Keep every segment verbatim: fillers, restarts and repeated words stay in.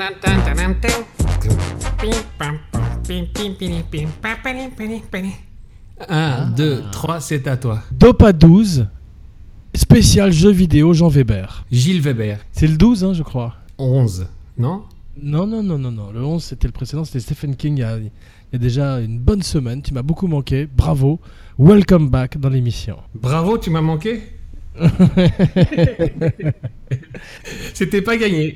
un, deux, trois, c'est à toi. Dopa douze, spécial jeu vidéo Jean Weber. Gilles Weber. C'est le douze, hein, je crois. onze, non? Non, non, non, non, non. Le onze, c'était le précédent, c'était Stephen King il y a, il y a déjà une bonne semaine. Tu m'as beaucoup manqué. Bravo. Welcome back dans l'émission. Bravo, tu m'as manqué. C'était pas gagné.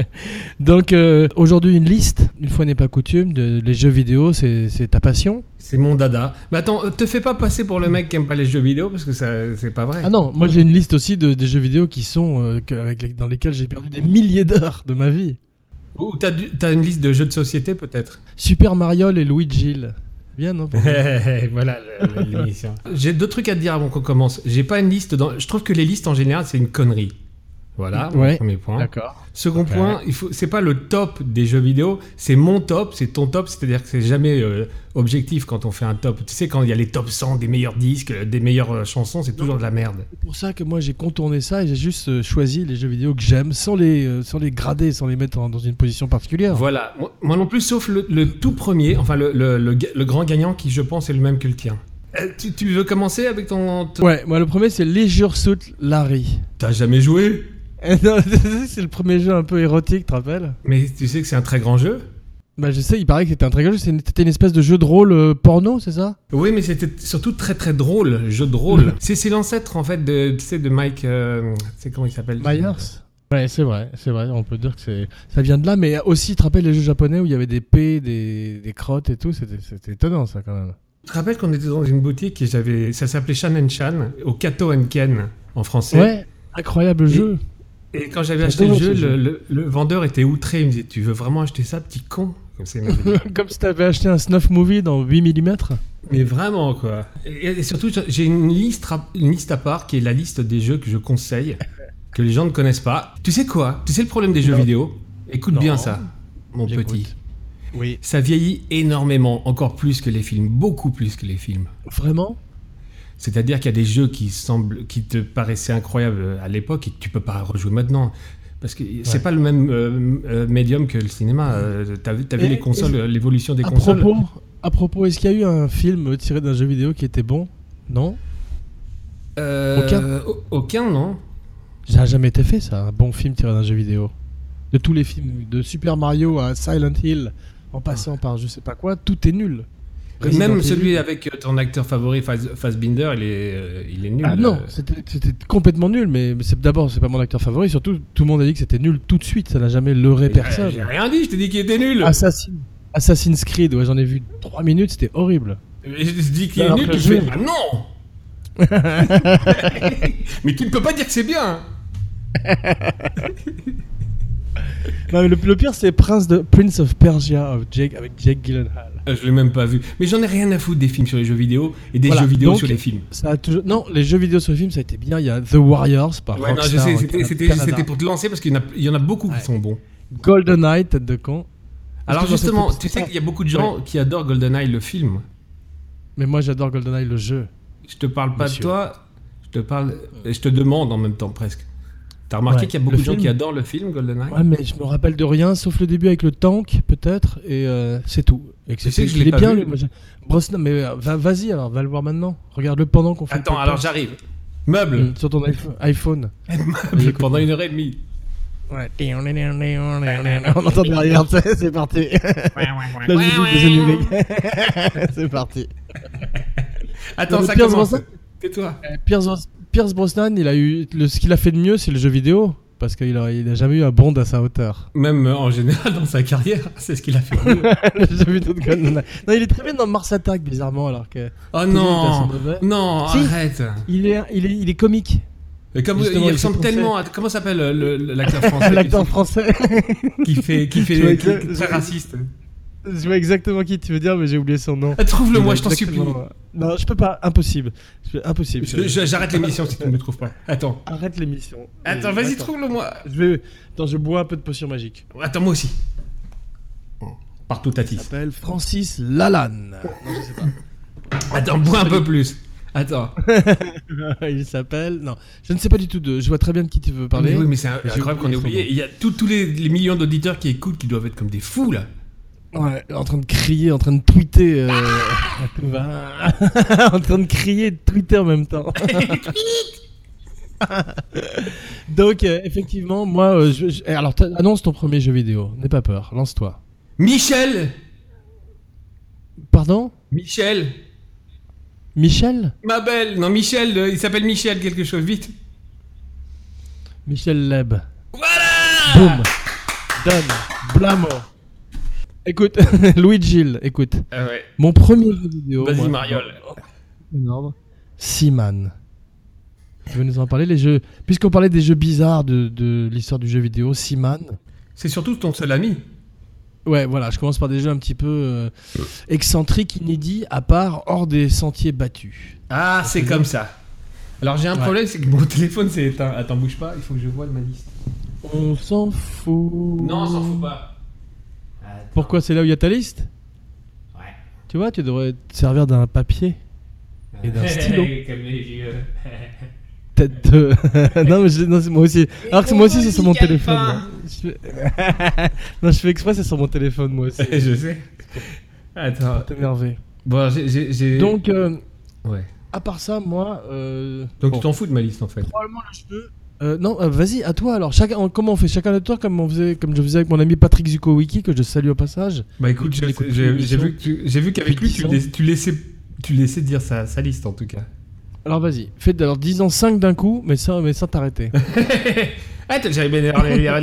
Donc euh, aujourd'hui une liste, une fois n'est pas coutume, de les jeux vidéo, c'est, c'est ta passion. C'est mon dada. Mais attends, te fais pas passer pour le mec qui aime pas les jeux vidéo parce que ça, c'est pas vrai. Ah non, moi j'ai une liste aussi de, des jeux vidéo qui sont euh, que, avec les, dans lesquels j'ai perdu des milliers d'heures de ma vie. Ou t'as, du, t'as une liste de jeux de société peut-être. Super Mario et Luigi. Bien, non? Voilà l'émission. J'ai deux trucs à te dire avant qu'on commence. J'ai pas une liste. Dans... Je trouve que les listes en général c'est une connerie. Voilà, ouais, mon premier point. D'accord. Second okay. point, il faut, c'est pas le top des jeux vidéo, c'est mon top, c'est ton top, c'est-à-dire que c'est jamais euh, objectif quand on fait un top. Tu sais, quand il y a les top cent des meilleurs disques, des meilleures euh, chansons, c'est toujours de la merde. C'est pour ça que moi j'ai contourné ça et j'ai juste euh, choisi les jeux vidéo que j'aime sans les, euh, sans les grader, sans les mettre en, dans une position particulière. Voilà, moi, moi non plus, sauf le, le tout premier, enfin le, le, le, le grand gagnant qui, je pense, est le même que le tien. Euh, tu, tu veux commencer avec ton, ton... Ouais, moi le premier c'est Leisure Suit Larry. T'as jamais joué? Non, c'est le premier jeu un peu érotique, tu te rappelles? Mais tu sais que c'est un très grand jeu? Bah je sais, il paraît que c'était un très grand jeu, c'était une espèce de jeu de rôle euh, porno, c'est ça? Oui, mais c'était surtout très très drôle, jeu de rôle. c'est, c'est l'ancêtre en fait de, tu sais, de Mike, euh, tu sais comment il s'appelle? Myers. Ouais, c'est vrai, c'est vrai, on peut dire que c'est... ça vient de là, mais aussi, tu te rappelles les jeux japonais où il y avait des P, des, des crottes et tout, c'était, c'était étonnant ça quand même. Tu te rappelles qu'on était dans une boutique et j'avais, ça s'appelait Shan and Chan, au Kato and Ken en français. Ouais, incroyable et, jeu. Et quand j'avais acheté le jeu, le, le, le vendeur était outré, il me disait « Tu veux vraiment acheter ça, petit con ?» Comme, c'est Comme si t'avais acheté un snuff movie dans huit millimètres. Mais vraiment, quoi. Et, et surtout, j'ai une liste, une liste à part qui est la liste des jeux que je conseille, que les gens ne connaissent pas. Tu sais quoi? Tu sais le problème des jeux non. vidéo? Écoute non. bien ça, mon J'écoute. petit. Oui. Ça vieillit énormément, encore plus que les films, beaucoup plus que les films. Vraiment? C'est-à-dire qu'il y a des jeux qui, semblent, qui te paraissaient incroyables à l'époque et que tu peux pas rejouer maintenant. Parce que ouais. c'est pas le même euh, euh, médium que le cinéma. Euh, t'as vu, t'as vu les consoles, et, l'évolution des à consoles. Propos, à propos, est-ce qu'il y a eu un film tiré d'un jeu vidéo qui était bon? Non euh, Aucun Aucun, non. Ça n'a jamais été fait, ça, un bon film tiré d'un jeu vidéo. De tous les films, de Super Mario à Silent Hill, en passant par je sais pas quoi, tout est nul. Resident Même celui avec ton acteur favori, Fassbinder, il est, euh, il est nul. Ah non, c'était, c'était complètement nul, mais, mais c'est, d'abord, c'est pas mon acteur favori, surtout, tout le monde a dit que c'était nul tout de suite, ça n'a jamais leurré mais personne. J'ai rien dit, je t'ai dit qu'il était nul. Assassin, Assassin's Creed, ouais, j'en ai vu trois minutes, c'était horrible. Mais je te dis qu'il est nul, tu fais, ah non. Mais tu ne peux pas dire que c'est bien. Non, mais le, le pire c'est Prince, de, Prince of Persia of Jake, avec Jake Gyllenhaal. Euh, je l'ai même pas vu. Mais j'en ai rien à foutre des films sur les jeux vidéo et des voilà, jeux vidéo donc, sur les films. Ça a toujours... Non, les jeux vidéo sur les films ça a été bien. Il y a The Warriors par ouais, Rockstar. Non, je sais, c'était, c'était, c'était pour te lancer parce qu'il y en a, il y en a beaucoup ouais. qui sont bons. GoldenEye, tête de con. Alors justement, tu sais qu'il y a beaucoup de gens ouais. qui adorent GoldenEye le film. Mais moi j'adore GoldenEye le jeu. Je te parle pas Monsieur. de toi, je te parle, je te demande en même temps presque. T'as remarqué ouais, qu'il y a beaucoup de film. gens qui adorent le film GoldenEye? Ouais, mais je me rappelle de rien, sauf le début avec le tank, peut-être, et euh, c'est tout. Et que tu sais que je l'ai l'ai pas bien, vu. Le... Brosnan, mais euh, va, vas-y alors, va le voir maintenant. Regarde-le pendant qu'on fait. Attends, alors j'arrive. Meuble. Mmh, sur ton iPhone. Meuble pendant une heure et demie. Ouais. On entend derrière, c'est parti. La musique des génériques. C'est parti. Attends, ça commence. Tais-toi. Pierce Pierce Brosnan, il a eu le, ce qu'il a fait de mieux, c'est le jeu vidéo, parce qu'il a, il a jamais eu un Bond à sa hauteur. Même euh, en général dans sa carrière, c'est ce qu'il a fait de mieux. Le jeu vidéo de GoldenEye. Non, il est très bien dans Mars Attack, bizarrement, alors que. Oh non, non, si, arrête. Il est, il est, il est comique. Mais comme il, il ressemble tellement à comment s'appelle le, le, l'acteur français L'acteur français qui fait, qui fait, qui est très raciste. Je vois exactement qui tu veux dire, mais j'ai oublié son nom. Ah, trouve-le moi, je t'en supplie. Non, je peux pas, impossible. Je, impossible. Je, je, j'arrête l'émission si tu ne me trouves pas. Attends. Arrête l'émission. Attends, vas-y, Attends. trouve-le moi. Je vais. Attends, je bois un peu de potion magique. Attends, moi aussi. Partout Tati. Il s'appelle Francis Lalanne. Non, je sais pas. Attends, bois un peu plus. Attends. Il s'appelle... Non, je ne sais pas du tout de... Je vois très bien de qui tu veux parler. Mais oui, mais c'est un- J'ai incroyable qu'on ait oublié son oublié. Il y a tous tous les, les millions d'auditeurs qui écoutent qui doivent être comme des fous, là. Ouais, en train de crier, en train de tweeter. Euh... en train de crier et de tweeter en même temps. Donc, euh, effectivement, moi, euh, je, je- alors, t- annonce ton premier jeu vidéo. N'aie pas peur, lance-toi. Michel Pardon Michel Michel Ma belle Non, Michel, euh, il s'appelle Michel quelque chose, vite. Michel Leb. Voilà Boum. Done. Blamo. Écoute, Louis Gilles, écoute. Ah ouais. Mon premier jeu vidéo. Vas-y, moi, Mariole. Énorme. Seaman. Tu veux nous en parler, les jeux. Puisqu'on parlait des jeux bizarres de, de l'histoire du jeu vidéo, Seaman. C'est surtout ton seul ami. Ouais, voilà, je commence par des jeux un petit peu euh, excentriques, inédits, à part hors des sentiers battus. Ah, c'est comme ça. Alors j'ai un Ouais. problème, c'est que mon téléphone s'est éteint. Attends, bouge pas, il faut que je voie ma liste. On s'en fout. Non, on s'en fout pas. Attends. Pourquoi c'est là où il y a ta liste? Ouais. Tu vois, tu devrais te servir d'un papier. Et d'un stylo. Comme les vieux. Tête de... non, mais je... non, c'est moi aussi. Alors que moi aussi, c'est sur mon téléphone. Pas. Je fais... non, je fais exprès, c'est sur mon téléphone, moi aussi. Je sais. Attends. T'énerver. Bon, j'ai- j'ai. j'ai- Donc, euh, Ouais. à part ça, moi... Euh... Donc bon. tu t'en fous de ma liste en fait. Probablement le jeu. Euh, non, euh, vas-y, à toi alors. Chacun, comment on fait chacun de toi comme on faisait, comme je faisais avec mon ami Patrick Zuko-Wiki que je salue au passage. Bah écoute, Tu j'ai l'écoutes j'ai- plus, j'ai vu, que tu- j'ai vu qu'avec depuis lui, tu, dix ans. lais- tu laissais, tu laissais dire sa, sa liste en tout cas. Alors vas-y, fais alors disons cinq d'un coup, mais sans, mais sans t'arrêter. Ah, t'as- j'avais bien.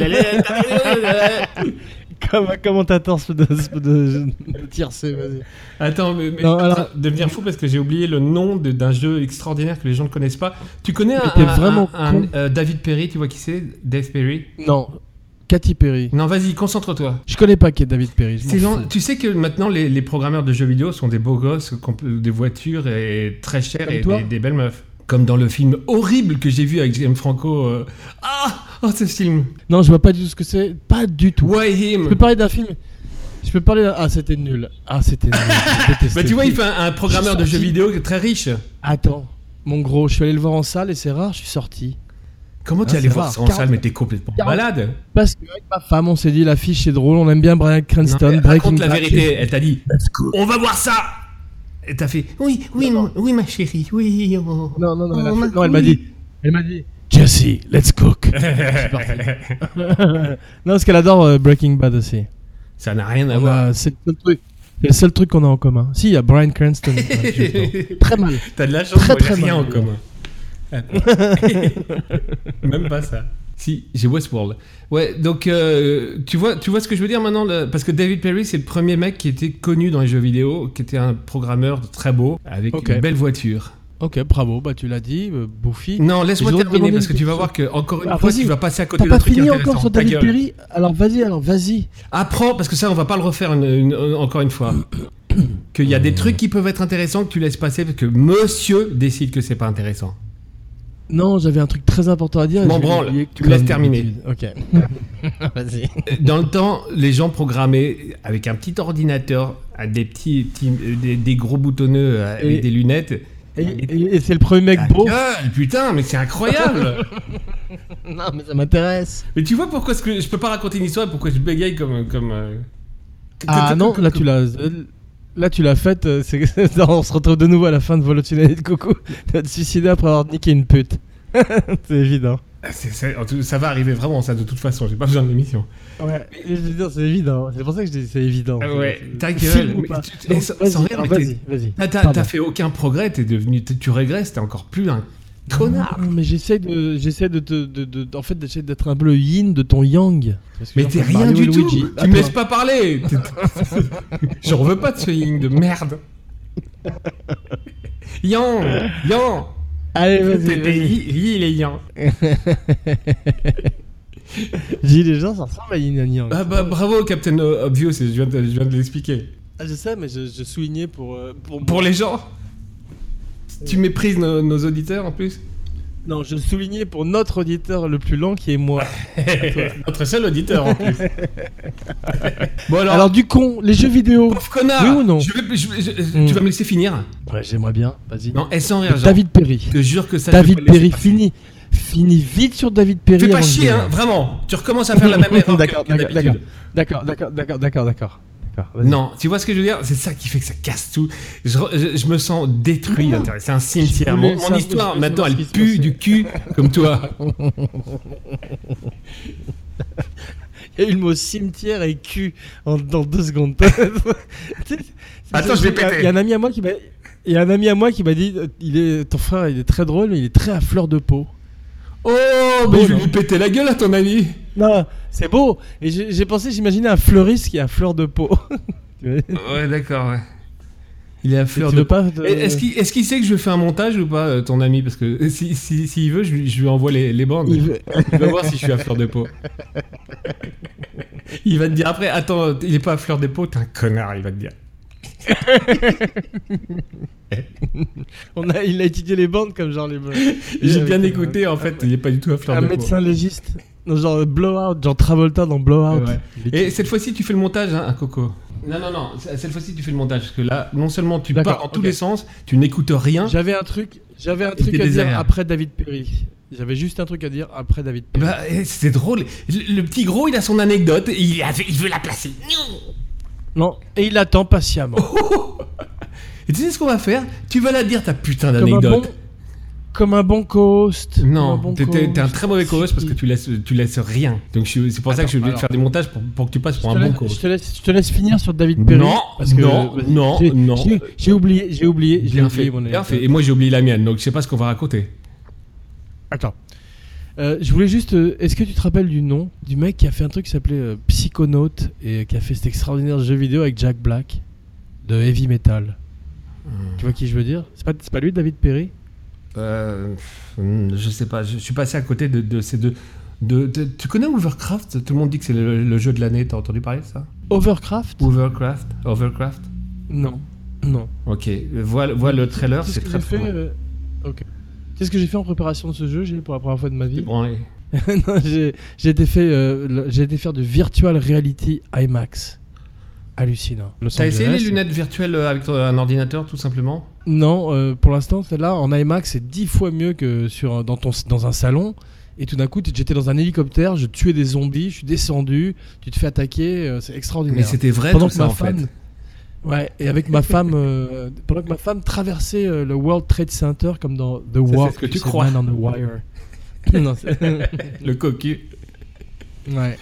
Comme un commentateur de, de, de, de tiercé, vas-y. Attends, mais, mais Non, je suis en alors- train de devenir fou parce que j'ai oublié le nom de- d'un jeu extraordinaire que les gens ne connaissent pas. Tu connais un, t'es un- vraiment un- con. un, euh, David Perry, tu vois qui c'est? Dave Perry. Non, Katy Perry. Non, vas-y, concentre-toi. Je connais pas qui est David Perry. je m'en C'est fous. lent- Tu sais que maintenant les, les programmeurs de jeux vidéo sont des beaux gosses, qu'on peut- des voitures et très chères Comme et toi des, des belles meufs. Comme dans le film horrible que j'ai vu avec James Franco. euh, Ah, oh, ce film. Non, je vois pas du tout ce que c'est. Pas du tout. Why Je him? peux parler d'un film. Je peux parler d'un... Ah, c'était nul. Ah, c'était nul. J'ai détesté Bah tu le vois, il film. fait un, un programmeur de sorti. jeux vidéo très riche. Attends, mon gros, je suis allé le voir en salle et c'est rare, je suis sorti. Comment Ah, tu allais c'est voir rare. ça en quarante salle, mais t'es complètement quarante malade. Parce qu'avec ma femme, on s'est dit l'affiche c'est drôle, on aime bien Bryan Non, Cranston, mais Breaking raconte la Bad. vérité. Elle t'a dit, Let's go. on va voir ça. Et t'as fait, oui, oui, mon- oui, ma chérie, oui. oh. Non, non, non, elle, a Oh, fait- ma non, elle m'a couille. dit, elle m'a dit, Jesse, let's cook. C'est parti. non, parce qu'elle adore euh, Breaking Bad aussi. Ça n'a rien à On voir. a- C'est le seul truc. C'est le seul truc qu'on a en commun. Si, il y a Bryan Cranston. Ouais, juste, très mal. T'as de la chance, Très, moi, j'ai très rien en mal. commun. Même pas ça. Si, j'ai Westworld. Ouais, donc euh, tu vois, tu vois ce que je veux dire maintenant, le- parce que David Perry, c'est le premier mec qui était connu dans les jeux vidéo, qui était un programmeur très beau avec Ok. une belle voiture. Ok, bravo, bah tu l'as dit, euh, Bouffi. Non, laisse-moi Je voudrais te terminer demander parce que une tu vas question. voir que encore une Ah, fois, vas-y. tu vas passer à T'as côté d'un pas truc fini intéressant. encore sur Ta David gueule. Perry? Alors vas-y, alors vas-y. Apprends, parce que ça, on va pas le refaire une- une- une- encore une fois. Qu'il y a des trucs qui peuvent être intéressants que tu laisses passer parce que monsieur décide que c'est pas intéressant. Non, j'avais un truc très important à dire. et M'en je vais branle, l'oublier tu me laisses comme terminer. d'habitude. Ok. Vas-y. Dans le temps, les gens programmaient avec un petit ordinateur, à des petits, petits- des, des gros boutonneux euh, avec Et- des lunettes. Et, et- et c'est le premier mec Ta beau. gueule, putain, mais c'est incroyable. Non, mais ça m'intéresse. Mais tu vois pourquoi est-ce que je peux pas raconter une histoire et pourquoi je bégaye comme comme. euh, Ah comme- non, comme- là comme- tu l'as. Là tu l'as faite. euh, c'est- on se retrouve de nouveau à la fin de Volotunelli de Coco. Tu vas te suicider après avoir niqué une pute. C'est évident. Ah, c'est- c'est- en tout- ça va arriver vraiment ça de toute façon. J'ai pas besoin de l'émission. Ouais. Je veux dire, c'est évident. C'est pour ça que je dis c'est évident. Ah ouais, C'est- ta Film gueule. ou mais pas tu- tu- Donc, sans- vas-y, sans rire, alors mais vas-y, t'es- vas-y. T'as- T'as Pardon. t'as fait aucun progrès. T'es devenu, t'es- tu régresses. T'es encore plus un connard. Non, mais j'essaie de, j'essaie de, te- de, de, en fait, d'essayer d'être un peu le yin de ton yang. Parce que Mais genre, t'es comme rien Mario du et tout. Luigi. Tu me Attends. laisses pas parler. J'en veux pas de ce ying de merde. Yan, Yan. Allez, vas-y. T'es- t'es- vas-y. Yi, il est Yan. J'ai les gens, ça ressemble à yin et yang. Ah bah bravo Captain Obvious, je viens de, je viens de l'expliquer. Ah, je sais, mais je, je soulignais pour, euh, pour, Pour les gens, tu méprises nos, nos auditeurs en plus. Non, je soulignais pour notre auditeur le plus lent qui est moi. Notre seul auditeur en plus. Bon alors, Alors du con, les jeux vidéo. pauvre connard. Oui ou non je vais- je- je- Mm. Tu vas me laisser finir. Ouais, j'aimerais bien. Vas-y. Non, et sans rire, genre. David Perry. Je te jure que ça. je vais David pas le laisser Perry, passer. fini. Fini vite sur David Perry. Fais pas avant de chier, dire. hein, vraiment. Tu recommences à faire la même erreur D'accord, que, que d'accord, d'habitude. d'accord, d'accord, d'accord, d'accord, d'accord. D'accord, vas-y. Non, tu vois ce que je veux dire? C'est ça qui fait que ça casse tout. Je, re- je- je me sens détruit. Non. l'intérieur. C'est un cimetière. Je Mon, voulais mon ça, histoire, je voulais maintenant, savoir elle ce qui se pue passait. du cul comme toi. Il y a eu le mot cimetière et cul en, dans deux secondes. Tu sais, Attends, je vais il y a- péter. Il y a un ami à moi qui m'a, il y a un ami à moi qui m'a dit, euh, il est, ton frère, il est très drôle, mais il est très à fleur de peau. Oh, mais Beau, je vais non lui péter la gueule à ton ami. Non, c'est beau. Et j'ai, j'ai pensé, j'imaginais un fleuriste qui est à fleur de peau. Ouais, d'accord, ouais. Il est à fleur Tu de veux pas de- Et Est-ce qu'il est-ce qu'il sait que je fais un montage ou pas, euh, ton ami? Parce que si, si, s'il veut, je, lui- je lui envoie les, les bandes. Il veut- Il va voir si je suis à fleur de peau. Il va te dire après, attends, il est pas à fleur de peau, t'es un connard, il va te dire. On a, il a étudié les bandes comme genre les. J'ai avec bien un- écouté, en fait, il est pas du tout à fleur Un de peau. médecin légiste. Non, genre Blowout, genre Travolta dans Blowout. Ouais. Il est- Et cette fois-ci, tu fais le montage, hein, Coco. Non, non, non, c- cette fois-ci, tu fais le montage. Parce que là, non seulement tu D'accord, pars en tous ok. les sens, tu n'écoutes rien. J'avais un truc, j'avais un truc C'était à dire désagréable. après David Perry. J'avais juste un truc à dire après David Perry. Bah, eh, c'est drôle. Le, le petit gros, il a son anecdote et il, a- il veut la placer. Non, et il attend patiemment. Et tu sais ce qu'on va faire? Tu vas la dire, ta putain comme, un bon, d'anecdote. comme un bon co-host. Comme un Non, bon t'es, t'es- t'es un co-host. très mauvais co-host parce que tu laisses, tu laisses rien. Donc je suis- c'est pour ça que je suis obligé de alors. faire des montages pour, pour que tu passes Je pour te, un bon laisse, je, co-host. te laisse, je te laisse finir sur David Perry. Non, parce que, non, vas-y, non, j'ai, non. J'ai, j'ai oublié, j'ai oublié, j'ai Bien oublié fait, mon bien anecdote. fait. Et moi j'ai oublié la mienne, donc je sais pas ce qu'on va raconter. Attends. Euh, je voulais juste. euh, est-ce que tu te rappelles du nom du mec qui a fait un truc qui s'appelait euh, Psychonaut et qui a fait cet extraordinaire jeu vidéo avec Jack Black de heavy metal? Tu vois qui je veux dire? C'est pas, c'est pas lui, David Perry? Euh, pff, je sais pas, je suis passé à côté de, de ces deux. De, de- tu connais Overcraft? Tout le monde dit que c'est le, le jeu de l'année, t'as entendu parler de ça? Overcraft? Overcraft Overcraft Non. Non. Ok, vois, vois le trailer, Qu'est-ce c'est que très j'ai fait fort. euh, Ok. Qu'est-ce que j'ai fait en préparation de ce jeu, J'ai pour la première fois de ma vie? Branlé. Non, j'ai, j'ai été fait, euh, le- j'ai été faire du virtual reality IMAX. Hallucinant. Los T'as essayé Angeles. les lunettes virtuelles avec ton- un ordinateur tout simplement? Non, euh, pour l'instant, celle-là en IMAX, c'est dix fois mieux que sur dans ton dans un salon. Et tout d'un coup, j'étais dans un hélicoptère, je tuais des zombies, je suis descendu, tu te fais attaquer, euh, c'est extraordinaire. Mais c'était vrai pendant tout que ça ma en femme, fait. ouais, et avec ma femme, euh, pendant que ma femme traversait euh, le World Trade Center comme dans The c'est Walk, ce que tu sais, crois. Man on the Wire. Non, c'est- Le cocu. ouais.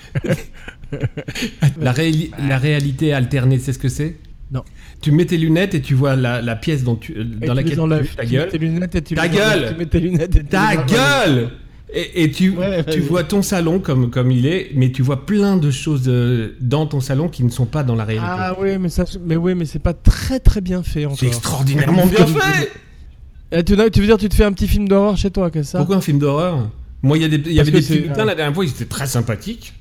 La, réali- la réalité alternée, c'est ce que c'est? Non. Tu mets tes lunettes et tu vois la, la pièce dont tu, Et dans tu laquelle les enlèves. tu ta Tu gueule. mets tes lunettes et tu Ta les enlèves. gueule Tu mets tes lunettes et tu Ta les enlèves. gueule et, et tu, Ouais, tu vas-y. vois ton salon comme, comme il est, mais tu vois plein de choses euh, dans ton salon qui ne sont pas dans la réalité. Ah oui, mais ça, mais oui, mais c'est pas très très bien fait encore. c'est extraordinairement bien fait. Et tu, tu veux dire, tu te fais un petit film d'horreur chez toi, qu'est-ce que ça? Pourquoi un film d'horreur? Moi, il y, a des- il y Parce avait que des petits c'est- lutins la dernière fois, ils étaient très sympathiques.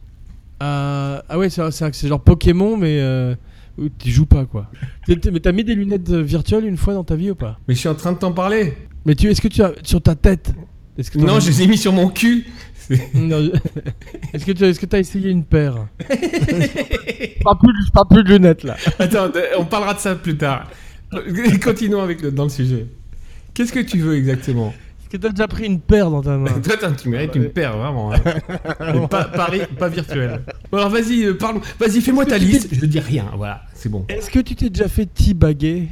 Euh, ah ouais, c'est, c'est, c'est genre Pokémon, mais euh, où tu joues pas quoi. T'es- t'es- mais t'as mis des lunettes euh, virtuelles une fois dans ta vie ou pas? Mais je suis en train de t'en parler. Mais tu, est-ce que tu as sur ta tête? Est-ce que t'en Non, as- je les ai mis sur mon cul. C'est- Non, je- est-ce que tu, est-ce que t'as essayé une paire? Je parle plus, je parle plus de lunettes là. Attends, de- on parlera de ça plus tard. Continuons avec le, dans le sujet. Qu'est-ce que tu veux exactement? Est-ce que t'as déjà pris une paire dans ta main? Toi, t'as- tu mérites une paire, vraiment. hein. Et pas, pas, ré- pas virtuelle. Bon, alors vas-y, euh, parle. Vas-y, fais-moi ta liste. Je dis rien. Voilà, c'est bon. Est-ce que tu t'es déjà fait teabaguer?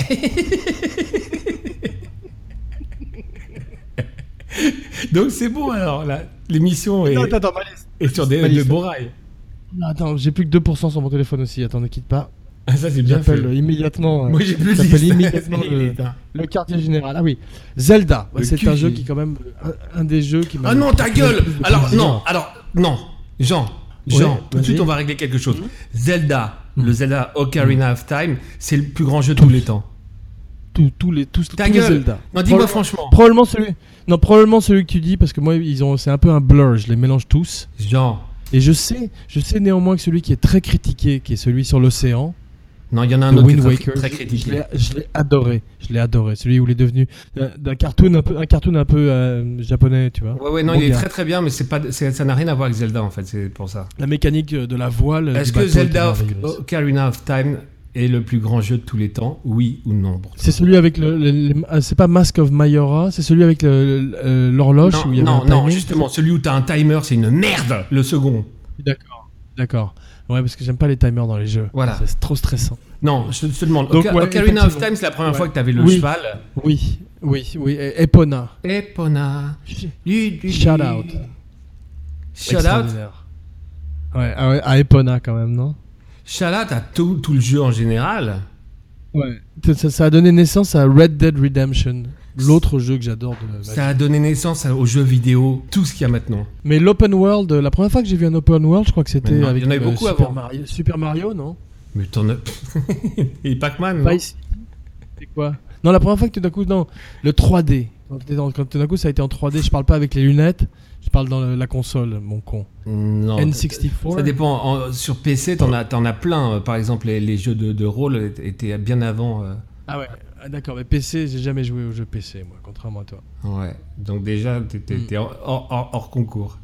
Donc c'est bon alors, là. L'émission est, Non, attends, attends, ma liste. est sur des, ma de liste. bons rails. Non, attends, j'ai plus que deux pour cent sur mon téléphone aussi. Attends, ne quitte pas. Ah, ça c'est bien fait. J'appelle euh, immédiatement. euh, Moi j'ai plus de j'appelle liste. immédiatement le, le quartier général. Ah oui, Zelda. Le C'est Q G. un jeu qui est quand même un, un des jeux qui m'a. Ah non, ta gueule. plus de Alors plaisir. non, alors non. Jean, Jean, Ouais, tout de suite vas-y. on va régler quelque chose. Zelda, Mhm. le Zelda Ocarina of Time, c'est le plus grand jeu de tous les temps. Tous, tous les, tous, Ta tous les gueule. Zelda. Non, dis-moi Probable- franchement. Probablement celui. Non, probablement celui que tu dis parce que moi, ils ont, c'est un peu un blur. Je les mélange tous. Jean, Et je sais, je sais néanmoins que celui qui est très critiqué, qui est celui sur l'océan, Non, il y en a un The autre qui Wind est Waker. très, très Je critiqué. l'ai, je l'ai adoré. Je l'ai adoré. Celui où il est devenu euh, d'un cartoon un peu, un cartoon un peu euh, japonais, tu vois. Ouais, ouais, non, Bon il est gars. très très bien, mais c'est pas, c'est, ça n'a rien à voir avec Zelda en fait, c'est pour ça. La mécanique de la voile. Est-ce du que bateau Zelda était of, merveilleuse. Ocarina of Time est le plus grand jeu de tous les temps? Oui ou non pour toi? C'est celui avec le, le- le- ah, c'est pas Mask of Majora, c'est celui avec le- le- euh, l'horloge Non, où il y avait non, un non, timing. justement, celui où t'as un timer, c'est une merde, le second. D'accord, d'accord. Ouais, parce que j'aime pas les timers dans les jeux. Voilà. C'est trop stressant. Non, je te, je te demande. Donc, Oca- ouais, Ocarina of effectivement. Time, c'est la première Ouais. fois que t'avais le Oui. cheval. Oui, oui, oui. Et Epona. Epona. Lu- lu- Shout out. Shout out. Extraordinaire. Ouais, ah ouais, à Epona quand même, non? Shout out à tout, tout le jeu en général. Ouais. Ça, ça a donné naissance à Red Dead Redemption, l'autre jeu que j'adore de ma vie. Ça a donné naissance aux jeux vidéo, tout ce qu'il y a maintenant. Mais l'open world, la première fois que j'ai vu un open world, je crois que c'était Mais non, avec il y en avait euh, beaucoup Super avant. Mario, Super Mario, non? Mais t'en as. Et Pac-Man, non Pas ici. C'est quoi? Non, la première fois que tout d'un coup, non, le trois D. Quand, t'es dans- quand tout d'un coup ça a été en trois D, je parle pas avec les lunettes, je parle dans le- la console, mon con. Non. N soixante-quatre. Ça dépend. En- sur P C, t'en as, t'en as plein. Par exemple, les, les jeux de, de rôle étaient bien avant. euh, Ah ouais, ah, d'accord, mais P C, j'ai jamais joué aux jeux P C, moi, contrairement à toi. Ouais. Donc déjà, t'es, t'es- Mm. t'es hors, hors- hors concours.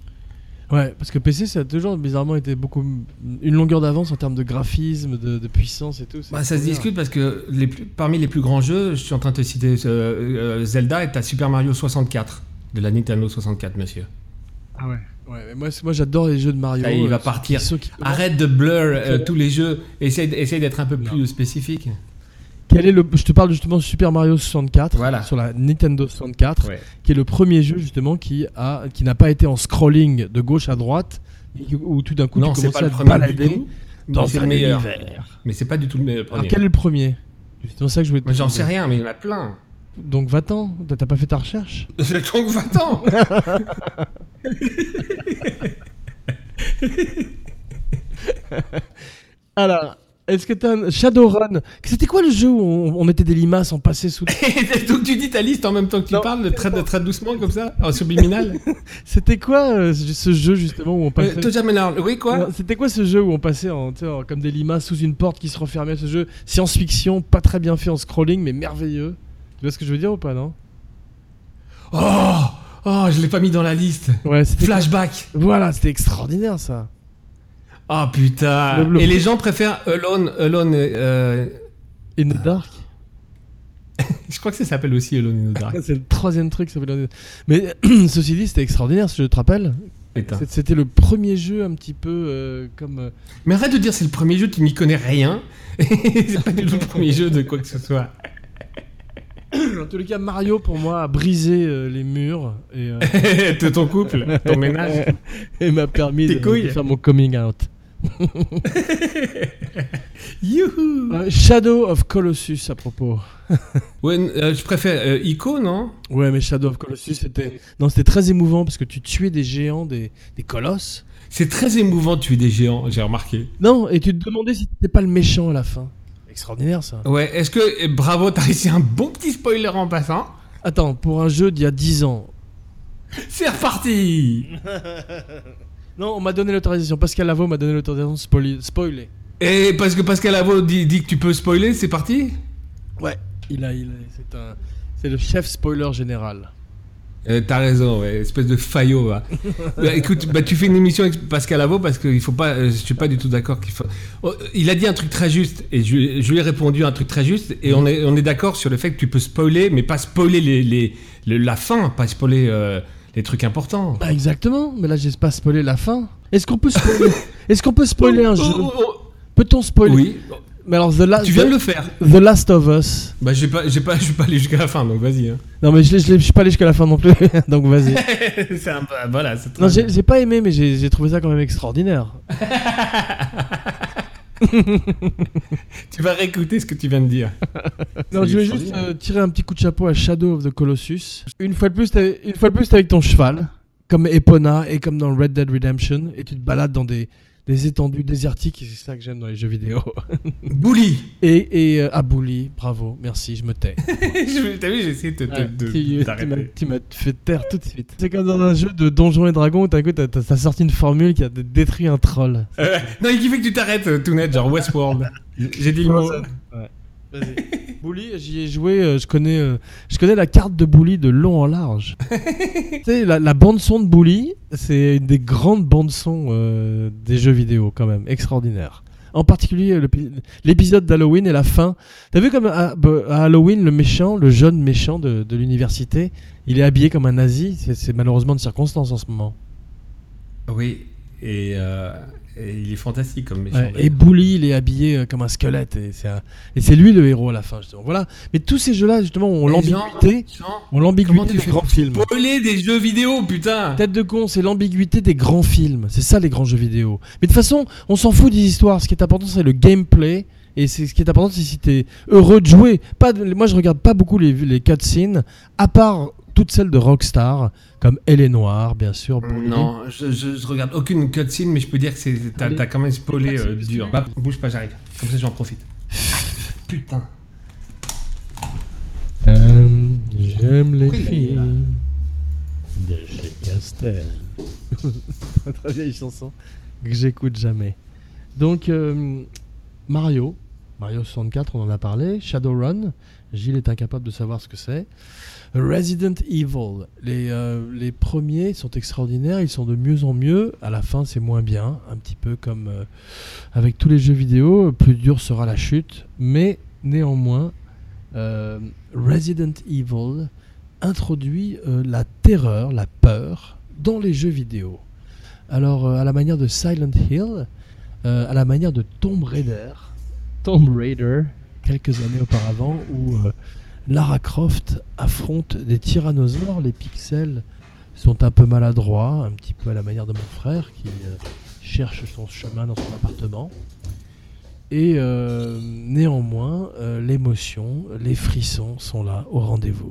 Ouais, parce que P C, ça a toujours bizarrement été beaucoup une longueur d'avance en termes de graphisme, de, de puissance et tout. c'est Bah, ça se trop bien. discute parce que les plus- parmi les plus grands jeux, je suis en train de te citer euh, euh, Zelda et t'as Super Mario soixante-quatre de la Nintendo soixante-quatre, monsieur. Ah ouais. Ouais, mais moi, c'est- moi j'adore les jeux de Mario. Ça y est, il va euh, partir. ceux qui- Arrête de blur euh, Ok. tous les jeux. Essaye, essaye d'être un peu Non. plus spécifique. Quel est le Je te parle justement de Super Mario soixante-quatre Voilà. sur la Nintendo soixante-quatre, Ouais. qui est le premier jeu justement qui a qui n'a pas été en scrolling de gauche à droite, et où tout d'un coup Non, tu c'est commences pas à le te premier du balader tout. dans mais c'est un le meilleur. univers. Mais c'est pas du tout le meilleur. Alors premier. quel est le premier? C'est ça que je voulais te Moi, j'en demander. sais rien, mais il y en a plein. Donc va-t'en, t'as t'as pas fait ta recherche? Donc va-t'en. Alors, est-ce que t'as un Shadowrun? C'était quoi le jeu où on, on mettait des limaces en passé sous le... Donc tu dis ta liste en même temps que tu Non. parles, très, très doucement comme ça, en subliminal. C'était quoi euh, ce ce jeu justement où on Euh, passait... Toi jamais là. Oui quoi? Non, C'était quoi ce jeu où on passait en, tu sais, en- comme des limaces sous une porte qui se refermait? Ce jeu science-fiction, pas très bien fait en scrolling, mais merveilleux. Tu vois ce que je veux dire ou pas, non? Oh, oh, je l'ai pas mis dans la liste. Ouais, c'était... Flashback. Voilà, c'était extraordinaire ça. Oh putain. Le- le- Et les gens préfèrent Alone, Alone. euh, In the Dark. je crois que ça s'appelle aussi Alone in the Dark. C'est le troisième truc. Ça veut dire- Mais ceci dit, c'était extraordinaire ce jeu, tu te rappelles? Putain. C'est- C'était le premier jeu un petit peu euh, comme... euh, Mais arrête de dire c'est le premier jeu, tu n'y connais rien. C'est pas du tout le premier jeu de quoi que ce soit. En tous les cas, Mario, pour moi, a brisé euh, les murs et, euh, De ton couple, ton ménage. et m'a permis Tes de, couilles. de faire mon coming out. Youhou. Euh, Shadow of Colossus, à propos. Ouais, euh, je préfère euh, Ico, non? Ouais, mais Shadow of Colossus, c'était... Non, c'était très émouvant parce que tu tuais des géants, des, des colosses. C'est très émouvant de tuer des géants, j'ai remarqué. Non, et tu te demandais si t'étais pas le méchant à la fin. Extraordinaire, ça. Ouais, est-ce que... eh, bravo, t'as réussi un bon petit spoiler en passant. Attends, pour un jeu d'il y a dix ans... C'est reparti. Non, on m'a donné l'autorisation. Pascal Lavo m'a donné l'autorisation de spoiler. spoiler. Et parce que Pascal Avo dit, dit que tu peux spoiler, c'est parti. Ouais. Il a, il a, c'est un, c'est le chef spoiler général. Euh, t'as raison, ouais, espèce de faillot. Va. Bah, écoute, bah, tu fais une émission avec Pascal Avo parce qu'il faut pas. euh, je suis pas du tout d'accord qu'il faut. Oh, il a dit un truc très juste et je, je lui ai répondu un truc très juste et on est on est d'accord sur le fait que tu peux spoiler, mais pas spoiler les, les, le- la fin, pas spoiler euh, les trucs importants. Bah exactement. Mais là, j'ai pas spoilé la fin. Est-ce qu'on peut spoiler Est-ce qu'on peut spoiler un jeu Oh, oh, oh. Peut-on spoiler Oui, Mais alors, The, La- tu viens The- de le faire. The Last of Us. Bah j'ai pas, j'ai pas, je suis pas allé jusqu'à la fin, donc vas-y. Hein. Non, mais je, l'ai- je, l'ai- je suis pas allé jusqu'à la fin non plus. Donc vas-y. c'est un, bah, voilà, c'est très Non, bien. j'ai, j'ai pas aimé, mais j'ai, j'ai trouvé ça quand même extraordinaire. Tu vas réécouter ce que tu viens de dire. Non, C'est je vais juste extraordinaire. euh, tirer un petit coup de chapeau à Shadow of the Colossus. Une fois de plus, t'es, une fois de plus, t'es avec ton cheval, comme Epona et comme dans Red Dead Redemption, et tu te balades dans des, des étendues désertiques, et c'est ça que j'aime dans les jeux vidéo. Bully. Et, et euh, ah, Bully, bravo, merci, je me tais. T'as vu, j'ai essayé de, Ouais, de, de tu, t'arrêter. tu m'as fait taire tout de suite. C'est comme dans un jeu de Donjons et Dragons où t'as, t'as, t'as sorti une formule qui a détruit un troll. Euh, non, il fait que tu t'arrêtes, tout net, genre Westworld. J'ai dit le mot. Ouais. Vas-y. Bully, j'y ai joué, euh, je, connais, euh, je connais la carte de Bully de long en large. Tu sais, la, la bande-son de Bully, c'est une des grandes bandes-son euh, des jeux vidéo, quand même, extraordinaire. En particulier le, l'épisode d'Halloween et la fin. T'as vu comme à, à Halloween, le méchant, le jeune méchant de, de l'université, il est habillé comme un nazi. C'est, c'est malheureusement de circonstance en ce moment. Oui, et, euh, et il est fantastique comme méchant. Ouais, et Bully, il est habillé euh, comme un squelette. Et c'est, un, et c'est lui le héros à la fin, justement. Voilà. Mais tous ces jeux-là, justement, ont Et l'ambiguïté, Jean, Jean, ont l'ambiguïté comment tu des fais grands films. spoiler des jeux vidéo, putain. Tête de con, c'est l'ambiguïté des grands films. C'est ça les grands jeux vidéo. Mais de toute façon, on s'en fout des histoires. Ce qui est important, c'est le gameplay. Et c'est, ce qui est important, c'est si t'es heureux de jouer. Pas de, moi, je regarde pas beaucoup les, les cutscenes, à part toutes celles de Rockstar, comme Elle est Noire, bien sûr. Bully. Non, je, je, je regarde aucune cutscene, mais je peux dire que c'est, t'as, Allez. t'as quand même spoilé Pas de euh, cutscene. dur. Bah, bouge pas, j'arrive. Comme ça, j'en profite. Putain. Euh, j'aime les Pourquoi il a mis filles là de chez Castel. Très vieille chanson que j'écoute jamais. Donc, euh, Mario, Mario soixante-quatre, on en a parlé. Shadowrun, Gilles est incapable de savoir ce que c'est. Resident Evil, les, euh, les premiers sont extraordinaires, ils sont de mieux en mieux. À la fin, c'est moins bien, un petit peu comme euh, avec tous les jeux vidéo, plus dur sera la chute. Mais néanmoins, euh, Resident Evil introduit euh, la terreur, la peur dans les jeux vidéo. Alors, euh, à la manière de Silent Hill, euh, à la manière de Tomb Raider, Tomb Raider, quelques années auparavant, où euh, Lara Croft affronte des tyrannosaures, les pixels sont un peu maladroits, un petit peu à la manière de mon frère qui euh, cherche son chemin dans son appartement. Et euh, néanmoins, euh, l'émotion, les frissons sont là au rendez-vous.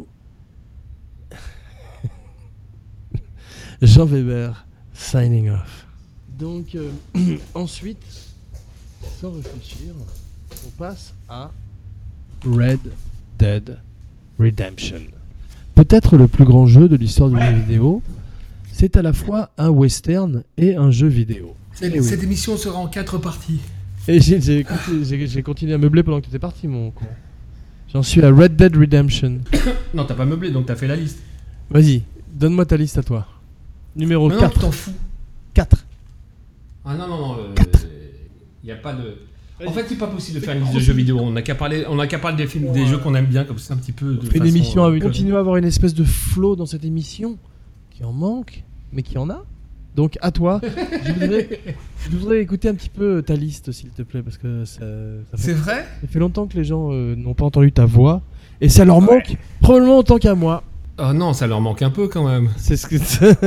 Jean Weber, signing off. Donc, euh, ensuite, sans réfléchir, on passe à Red Dead Redemption. Peut-être le plus grand jeu de l'histoire du jeu vidéo. C'est à la fois un western et un jeu vidéo. Cette, Eh oui. cette émission sera en quatre parties. Et j'ai, j'ai, écouté- j'ai- j'ai continué à meubler pendant que tu étais parti, mon con. J'en suis à Red Dead Redemption. Non, t'as pas meublé, donc t'as fait la liste. Vas-y, donne-moi ta liste à toi. Numéro Non, non, tu quatre. t'en fous. quatre. Ah non, non, non. Il n'y a pas de... En fait, c'est pas possible de faire une liste de jeux vidéo. On n'a qu'à parler, on n'a qu'à parler des films, des jeux qu'on aime bien, comme ça, un petit peu. De On fait une façon, émission euh, à continuer à avoir une espèce de flow dans cette émission qui en manque, mais qui en a. Donc à toi, je voudrais, je voudrais écouter un petit peu ta liste, s'il te plaît, parce que ça, ça, fait, C'est vrai? ça fait longtemps que les gens euh, n'ont pas entendu ta voix, et ça leur manque probablement autant qu'à moi. Oh non, ça leur manque un peu quand même. C'est ce que.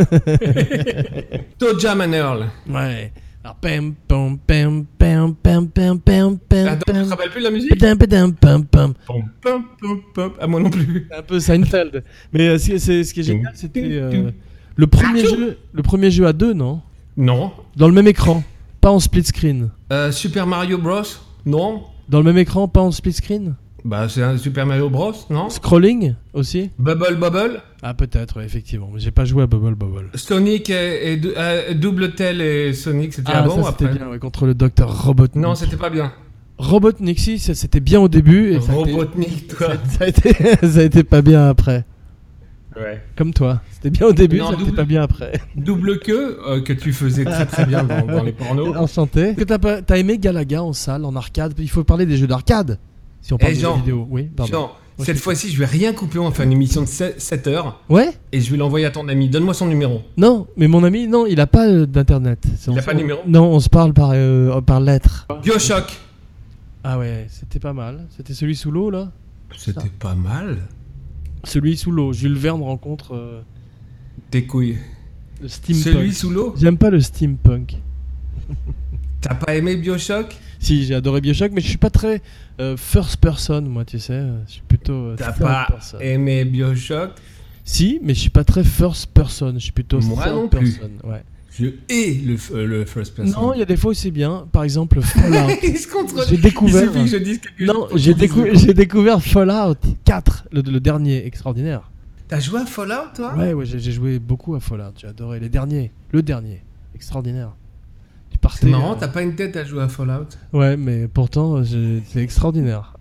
ToeJam and Earl. Ouais. Alors, pam, pam, pam, pam, pam, pam, pam, pam, Attends, tu te pam, rappelles plus de la musique? pam, pam, pam, pam. Pom, pom, pom, pom. Ah, moi non plus. C'est un peu Seinfeld. Mais euh, c'est, c'est- ce qui est génial, c'était euh, le premier jeu, le premier jeu à deux, non? Non. Dans le même écran, pas en split screen. Euh, Super Mario Bros? Non. Dans le même écran, pas en split screen. Bah, c'est un Super Mario Bros, non? Scrolling aussi. Bubble Bubble? Ah peut-être, ouais, effectivement. Mais j'ai pas joué à Bubble Bubble. Sonic et, et dou- euh, Double Tail et Sonic, c'était Ah, avant ou ça c'était après? bien, ouais, contre le docteur Robotnik. Non, c'était pas bien. Robotnik, si, ça, c'était bien au début et ça a, été, Robotnik, toi. ça, a été, ça a été pas bien après. Ouais. Comme toi. C'était bien au début, Non, ça a été double- pas bien après. Double queue, euh, que tu faisais très très bien dans, dans les pornos. Enchanté. Est-ce que t'as, pas- t'as aimé Galaga en salle, en arcade? Il faut parler des jeux d'arcade. Si on parle Eh, de Jean, jeux vidéo. Oui, pardon. Jean, cette fois-ci, je vais rien couper, on va faire une émission de sept heures Ouais? et je vais l'envoyer à ton ami. Donne-moi son numéro. Non, mais mon ami, non, il a pas euh, d'internet. C'est- Il on- a pas de on- numéro? Non, on se parle par, euh, par lettre. Bioshock. Ah ouais, c'était pas mal. C'était celui sous l'eau, là? C'était pas mal. Celui sous l'eau. Jules Verne rencontre euh, Tes couilles. le steampunk. Celui sous l'eau? J'aime pas le steampunk. T'as pas aimé Bioshock? Si, j'ai adoré Bioshock, mais je suis pas très euh, first person, moi, tu sais. Je suis plutôt euh, T'as third pas person. aimé Bioshock? Si, mais je suis pas très first person. Je suis plutôt Moi third non plus. person. Ouais. Je hais le, euh, le first person. Non, il y a des fois où c'est bien. Par exemple, Fallout. Il se contre... J'ai découvert. Il suffit que je dise quelque Non, chose j'ai, pour décou... dire- j'ai découvert Fallout quatre, le, le dernier, extraordinaire. T'as joué à Fallout, toi? Ouais, ouais, j'ai, j'ai joué beaucoup à Fallout. J'ai adoré les derniers. Le dernier, extraordinaire. Tu partais. C'est marrant, euh, t'as pas une tête à jouer à Fallout. Ouais, mais pourtant, j'ai... c'est extraordinaire.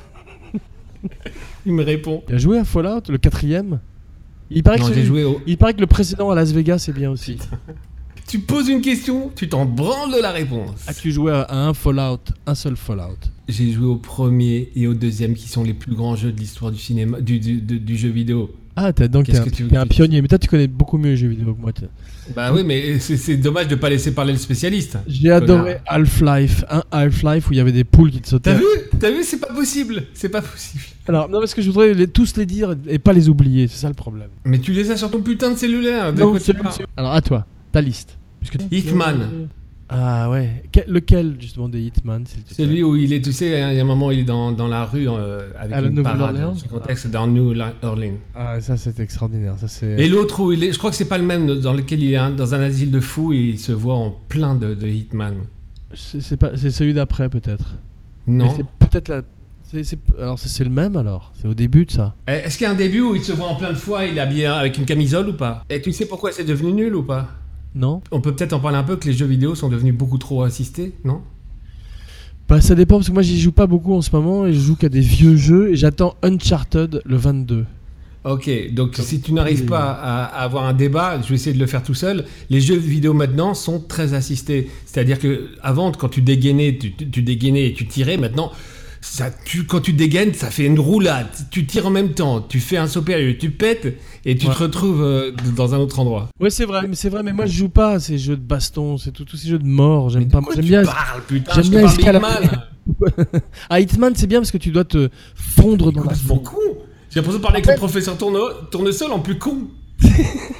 Il me répond. Tu as joué à Fallout, le quatrième? Il paraît, Non, que j'ai celui- joué au... Il paraît que le précédent à Las Vegas c'est bien aussi. Tu poses une question, tu t'en branles de la réponse. As-tu joué à un Fallout, un seul Fallout? J'ai joué au premier et au deuxième qui sont les plus grands jeux de l'histoire du cinéma, du, du, du, du jeu vidéo. Ah, t'es, donc t'es Qu'est-ce un, que tu veux t'es un que je pionnier. Mais toi, tu connais beaucoup mieux les jeux vidéo que moi. t'es- Bah oui, mais c'est, c'est dommage de pas laisser parler le spécialiste. J'ai adoré Half-Life, un Half-Life où il y avait des poules qui te sautaient. T'as vu? T'as vu? C'est pas possible. C'est pas possible. Alors, non, parce que je voudrais les- tous les dire et pas les oublier, c'est ça le problème. Mais tu les as sur ton putain de cellulaire. De Non, quoi tu celui- parles celui- Alors, à toi, ta liste. Puisque- Hitman. Ah ouais. Que- lequel, justement, des Hitman s'il te plaît? Celui où il est, tu sais, il y a un moment, il est dans, dans la rue euh, avec À la une parade. Nouvelle-Orléans Son contexte dans New Orleans. Ah, ça, c'est extraordinaire. Ça, c'est... Et l'autre où il est, je crois que c'est pas le même dans lequel il est un- dans un asile de fous et il se voit en plein de, de Hitman. C'est, c'est, pas... c'est celui d'après, peut-être. Non. Mais c'est peut-être la... C'est, c'est... Alors, c'est, c'est le même, alors? C'est au début de ça? Eh, Est-ce qu'il y a un début où il se voit en plein de fois, il est habillé avec une camisole ou pas? Et tu sais pourquoi c'est devenu nul ou pas? Non? On peut peut-être en parler un peu que les jeux vidéo sont devenus beaucoup trop assistés, non? Bah, ça dépend, parce que moi, j'y joue pas beaucoup en ce moment, et je joue qu'à des vieux jeux, et j'attends Uncharted le vingt-deux. Ok, donc Comme- si tu n'arrives Oui. pas à, à avoir un débat, je vais essayer de le faire tout seul. Les jeux vidéo maintenant sont très assistés. C'est-à-dire que avant, quand tu dégainais, tu, tu, tu dégainais et tu tirais, maintenant, ça, tu, quand tu dégaines, ça fait une roulade. Tu tires en même temps, tu fais un saut périlleux, tu pètes et tu Ouais. te retrouves euh, dans un autre endroit. Ouais, c'est vrai, mais c'est vrai, mais moi, je joue pas à ces jeux de baston, c'est tout- tous ces jeux de mort, j'aime Mais de pas. quoi J'aime tu bien. parles, putain, j'aime je te bien parle escalader. d'Hitman. Ah, Hitman, c'est bien parce que tu dois te fondre dans la C'est foule. con. J'ai l'impression de parler avec le professeur Tourne- Tournesol en plus con. Tu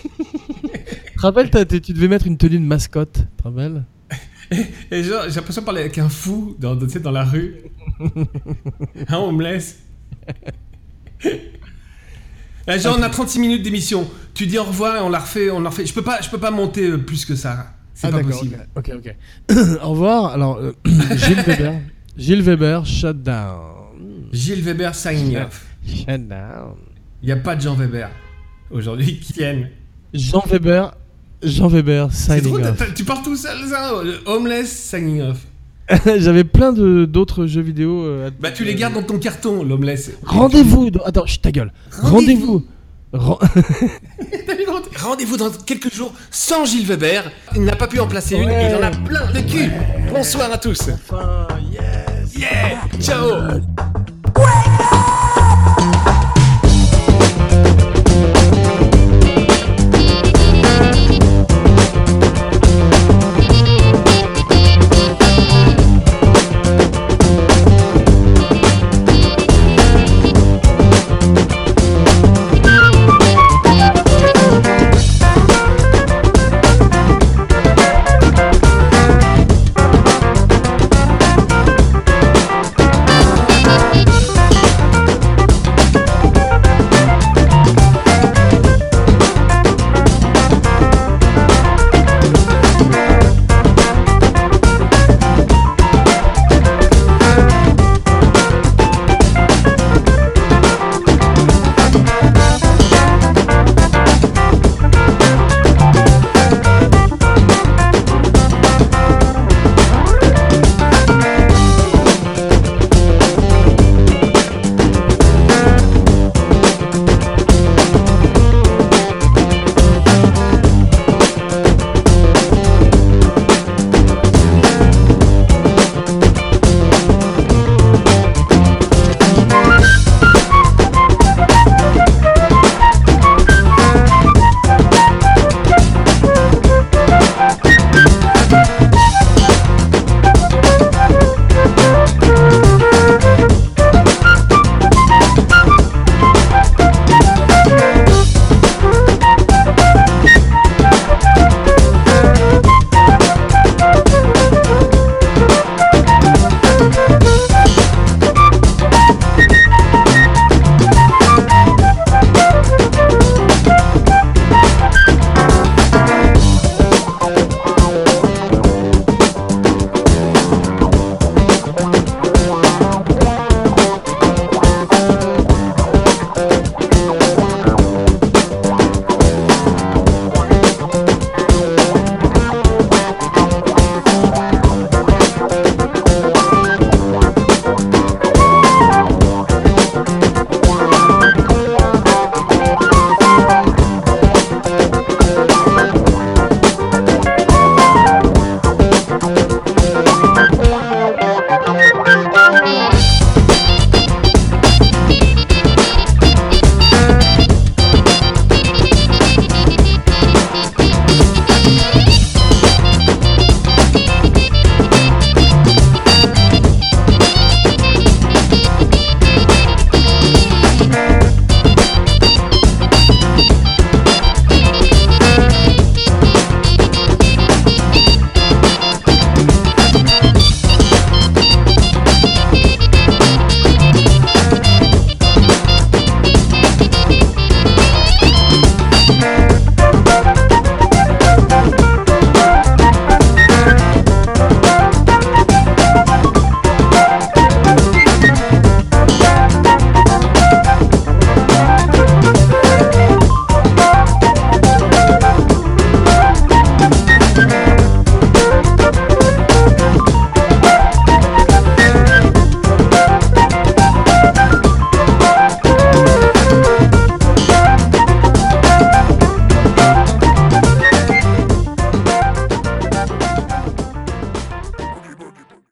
te rappelles, t'as- t'es- tu devais mettre une tenue de mascotte, tu te rappelles? Et genre, j'ai l'impression de parler avec un fou dans, tu sais, dans la rue. Un homeless. Là, genre, on a trente-six minutes d'émission. Tu dis au revoir et on la refait. On la refait. Je peux pas, je peux pas monter euh, plus que ça. C'est Ah, pas d'accord, possible. Ok, ok. Au revoir. Alors, euh, Gilles Weber. Gilles Weber, shut down. Gilles Weber signing off. Shut down. Il n'y a pas de Jean Weber aujourd'hui qui tienne. Jean Weber, Jean Weber, C'est signing trop, off. t'as- tu pars tout seul, ça. Le homeless signing off. J'avais plein de, d'autres jeux vidéo. euh, à- Bah, tu les gardes dans ton carton, l'homeless. Rendez-vous. dans- Attends, chut, ta gueule. Rendez-vous. Ren- Rendez-vous dans quelques jours sans Gilles Weber. Il n'a pas pu en placer une Ouais. et il en a plein de cul. Bonsoir à tous. Enfin, yes. Yeah. Ciao. Wake